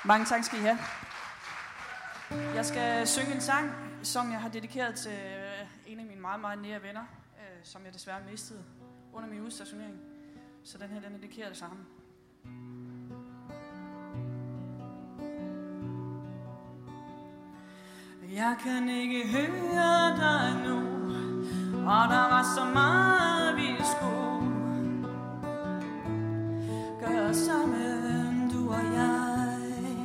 Mange tak skal I have. Jeg skal synge en sang, som jeg har dedikeret til en af mine meget, meget nære venner, som jeg desværre mistede under min udstationering. Så den her, den er dedikeret til ham. Jeg kan ikke høre dig nu, og der var så meget vi skulle gøre sammen, du og jeg.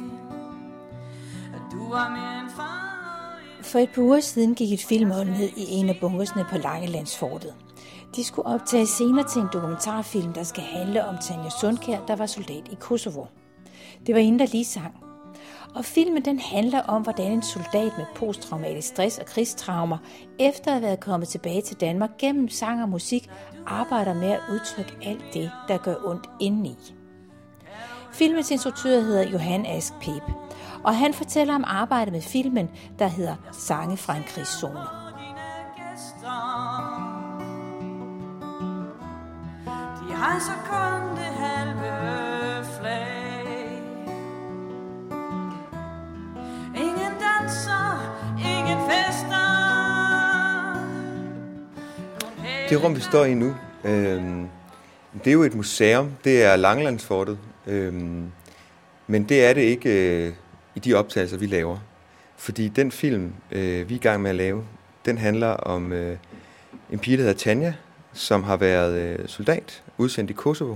Du var mere en far. For et par uger siden gik et filmhold ned i en af bunkersne på Langelandsfortet. De skulle optage scener til en dokumentarfilm, der skal handle om Tanja Sundkjær, der var soldat i Kosovo. Det var hende, der lige sang. Og filmen den handler om, hvordan en soldat med posttraumatisk stress og krigstraumer, efter at have været kommet tilbage til Danmark gennem sang og musik, arbejder med at udtrykke alt det, der gør ondt indeni. Filmens instruktør hedder Johan Ask Pep, og han fortæller om arbejdet med filmen, der hedder Sange fra en krigszone. De har så kun det halve flag. Ingen danser, ingen fester. Det rum, vi står i nu, det er jo et museum. Det er Langelandsfortet. Men det er det ikke i de optagelser, vi laver. Fordi den film, vi er i gang med at lave, den handler om en pige, der hedder Tanja, som har været soldat, udsendt i Kosovo.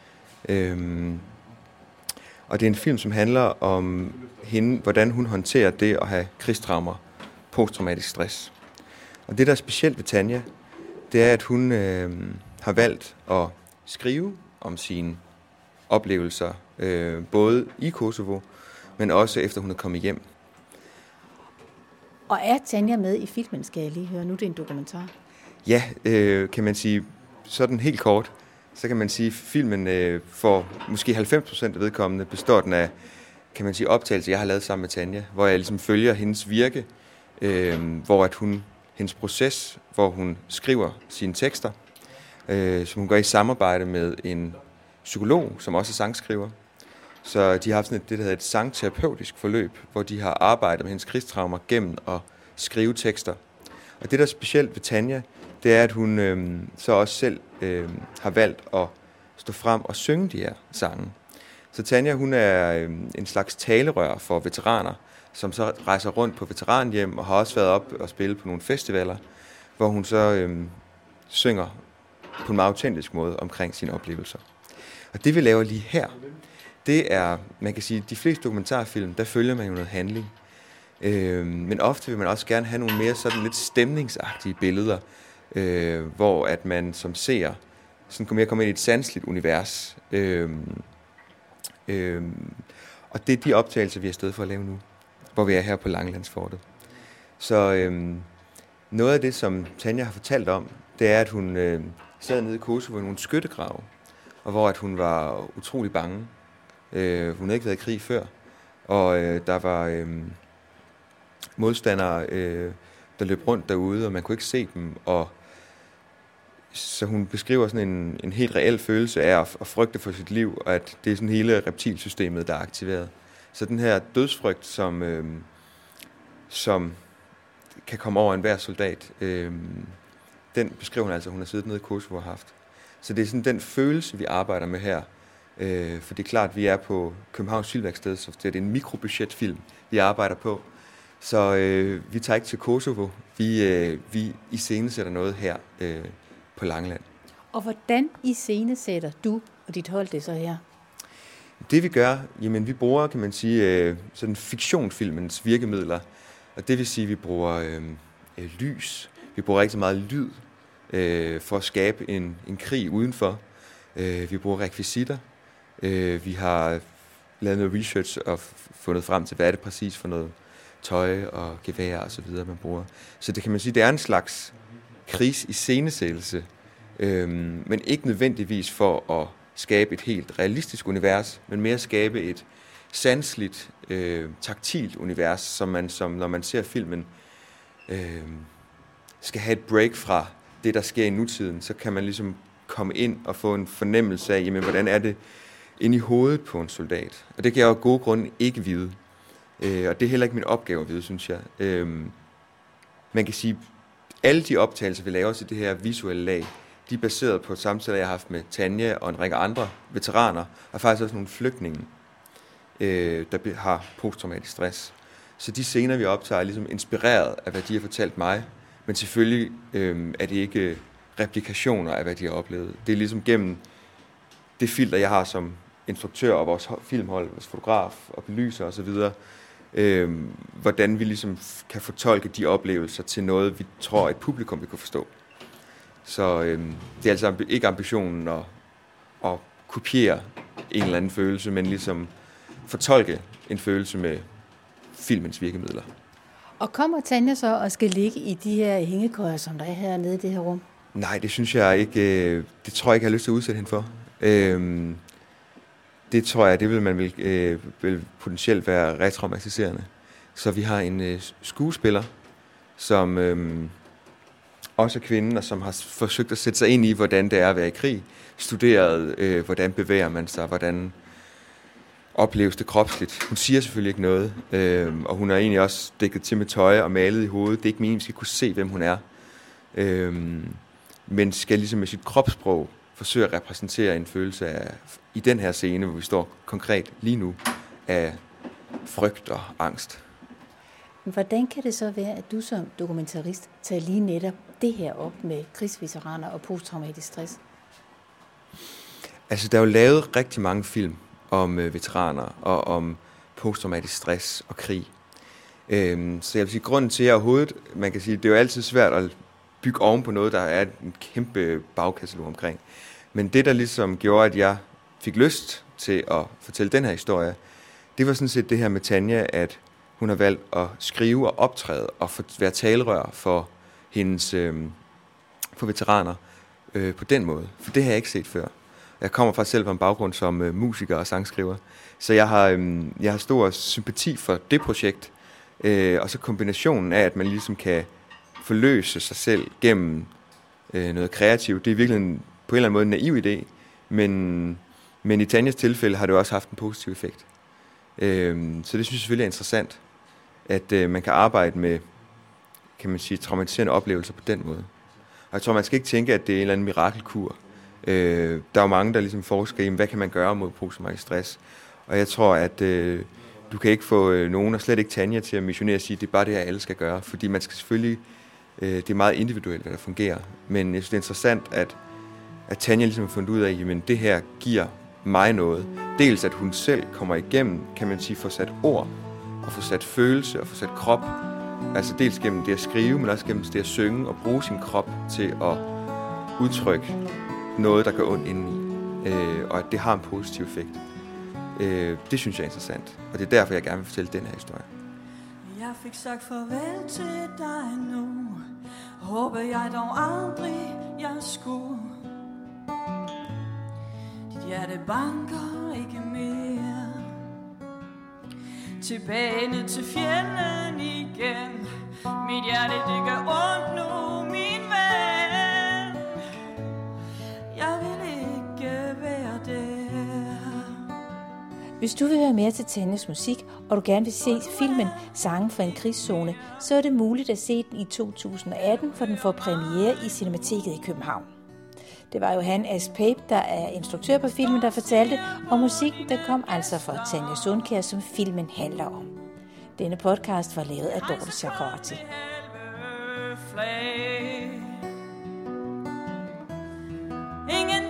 Og det er en film, som handler om hende, hvordan hun håndterer det at have krigstraumer, posttraumatisk stress. Og det, der er specielt ved Tanja, det er, at hun har valgt at skrive om sine oplevelser, både i Kosovo, men også efter hun er kommet hjem. Og er Tanja med i filmen, skal jeg lige høre? Nu er det en dokumentar. Ja, kan man sige, sådan helt kort, så kan man sige, at filmen for måske 90% af vedkommende består den af, kan man sige, optagelser, jeg har lavet sammen med Tanja, hvor jeg ligesom følger hendes virke, hvor at hendes proces, hvor hun skriver sine tekster, som hun gør i samarbejde med en psykolog, som også er sangskriver. Så de har haft sådan det, der hedder et sangterapeutisk forløb, hvor de har arbejdet med hendes krigstraumer gennem at skrive tekster. Og det, der er specielt ved Tanja, det er, at hun så også selv har valgt at stå frem og synge de her sange. Så Tanja, hun er en slags talerør for veteraner, som så rejser rundt på veteranhjem og har også været op og spille på nogle festivaler, hvor hun så synger på en meget autentisk måde omkring sine oplevelser. Og det, vi laver lige her, det er, man kan sige, de fleste dokumentarfilm, der følger man jo noget handling. Men ofte vil man også gerne have nogle mere sådan lidt stemningsagtige billeder, hvor at man som seer sådan kommer ind i et sanseligt univers. Og det er de optagelser, vi er afsted for at lave nu, hvor vi er her på Langelandsfortet. Så noget af det, som Tanja har fortalt om, det er, at hun sad nede i Kosovo i nogle skyttegrave, og hvor at hun var utrolig bange. Hun havde ikke været i krig før, og der var modstandere, der løb rundt derude, og man kunne ikke se dem. Og så hun beskriver sådan en helt reel følelse af at frygte for sit liv, og at det er sådan hele reptilsystemet, der er aktiveret. Så den her dødsfrygt, som kan komme over enhver soldat, den beskriver hun altså, hun har siddet nede i Kosovo og haft. Så det er sådan den følelse, vi arbejder med her. For det er klart, at vi er på Københavns Filmværksted, så det er en mikrobudgetfilm, vi arbejder på. Så vi tager ikke til Kosovo. Vi iscenesætter noget her på Langeland. Og hvordan iscenesætter du og dit hold det så her? Det vi gør, jamen vi bruger, kan man sige, sådan fiktionfilmens virkemidler. Og det vil sige, at vi bruger lys. Vi bruger rigtig meget lyd for at skabe en krig udenfor. Vi bruger rekvisitter. Vi har lavet noget research og fundet frem til, hvad er det præcis for noget tøj og gevær og så videre, man bruger. Så det kan man sige, det er en slags krigsiscenesættelse, men ikke nødvendigvis for at skabe et helt realistisk univers, men mere skabe et sanseligt, taktilt univers, som når man ser filmen, skal have et break fra det, der sker i nutiden, så kan man ligesom komme ind og få en fornemmelse af, jamen, hvordan er det inde i hovedet på en soldat. Og det kan jeg jo af gode grunde ikke vide. Og det er heller ikke min opgave at vide, synes jeg. Man kan sige, alle de optagelser, vi laver til det her visuelle lag, de er baseret på samtaler, jeg har haft med Tanja og en række andre veteraner, og faktisk også nogle flygtninge, der har posttraumatisk stress. Så de scener, vi optager, er ligesom inspireret af, hvad de har fortalt mig, men selvfølgelig er det ikke replikationer af, hvad de har oplevet. Det er ligesom gennem det filter, jeg har som instruktør og vores filmhold, vores fotograf og belyser osv., hvordan vi ligesom kan fortolke de oplevelser til noget, vi tror, et publikum vil kunne forstå. Så det er altså ikke ambitionen at kopiere en eller anden følelse, men ligesom fortolke en følelse med filmens virkemidler. Og kommer Tanja så og skal ligge i de her hængekøjer, som der er hernede i det her rum? Nej, det synes jeg ikke. Det tror jeg ikke, jeg har lyst til at udsætte hende for. Det tror jeg, det vil man vil potentielt være retraumatiserende. Så vi har en skuespiller, som også er kvinde, og som har forsøgt at sætte sig ind i, hvordan det er at være i krig. Studeret, hvordan bevæger man sig, hvordan opleves det kropsligt. Hun siger selvfølgelig ikke noget, og hun er egentlig også dækket til med tøj og malet i hovedet. Det er ikke meningen, at vi skal kunne se, hvem hun er. Men skal ligesom med sit kropssprog forsøge at repræsentere en følelse af, i den her scene, hvor vi står konkret lige nu, af frygt og angst. Hvordan kan det så være, at du som dokumentarist tager lige netop det her op med krigsveteraner og posttraumatisk stress? Altså, der er jo lavet rigtig mange film om veteraner og om posttraumatisk stress og krig. Så jeg vil sige, grunden til, at overhovedet, man kan sige, det er jo altid svært at bygge oven på noget, der er en kæmpe bagkatalog omkring. Men det, der ligesom gjorde, at jeg fik lyst til at fortælle den her historie, det var sådan set det her med Tanja, at hun har valgt at skrive og optræde og være talerør for hendes for veteraner på den måde. For det har jeg ikke set før. Jeg kommer faktisk selv fra en baggrund som musiker og sangskriver, så jeg har stor sympati for det projekt, og så kombinationen af, at man ligesom kan forløse sig selv gennem noget kreativt. Det er virkelig på en eller anden måde en naiv idé, men i Tanjas tilfælde har det også haft en positiv effekt. Så det synes jeg selvfølgelig er interessant, at man kan arbejde med, kan man sige, traumatiserende oplevelser på den måde. Og jeg tror, man skal ikke tænke, at det er en eller anden mirakelkur. Der er jo mange, der ligesom forsker i, hvad kan man gøre mod posttraumatisk stress. Og jeg tror, at du kan ikke få nogen, og slet ikke Tanja, til at missionere og sige, at det er bare det her, alle skal gøre. Fordi man skal selvfølgelig, det er meget individuelt, hvad der fungerer. Men jeg synes, det er interessant, at Tanja ligesom har fundet ud af, at det her giver mig noget. Dels at hun selv kommer igennem, kan man sige, få sat ord, og få sat følelse, og få sat krop. Altså dels gennem det at skrive, men også gennem det at synge, og bruge sin krop til at udtrykke noget, der gør ondt indeni. Og at det har en positiv effekt. Det synes jeg er interessant. Og det er derfor, jeg gerne vil fortælle den her historie. Jeg fik sagt farvel til dig nu. Håber jeg dog aldrig, jeg skulle. Dit hjerte banker ikke mere. Tilbage ned til fjenden igen. Mit hjerte, det gør ondt nu, min ven. Jeg vil ikke være der. Hvis du vil høre mere til Tanjas musik, og du gerne vil se filmen Sange fra en krigszone, så er det muligt at se den i 2018, for den får premiere i Cinemateket i København. Det var Johan Aspape, der er instruktør på filmen, der fortalte, og musikken der kom altså fra Tanja Sundkjær, som filmen handler om. Denne podcast var lavet af Dorte Chakravarty. Ingen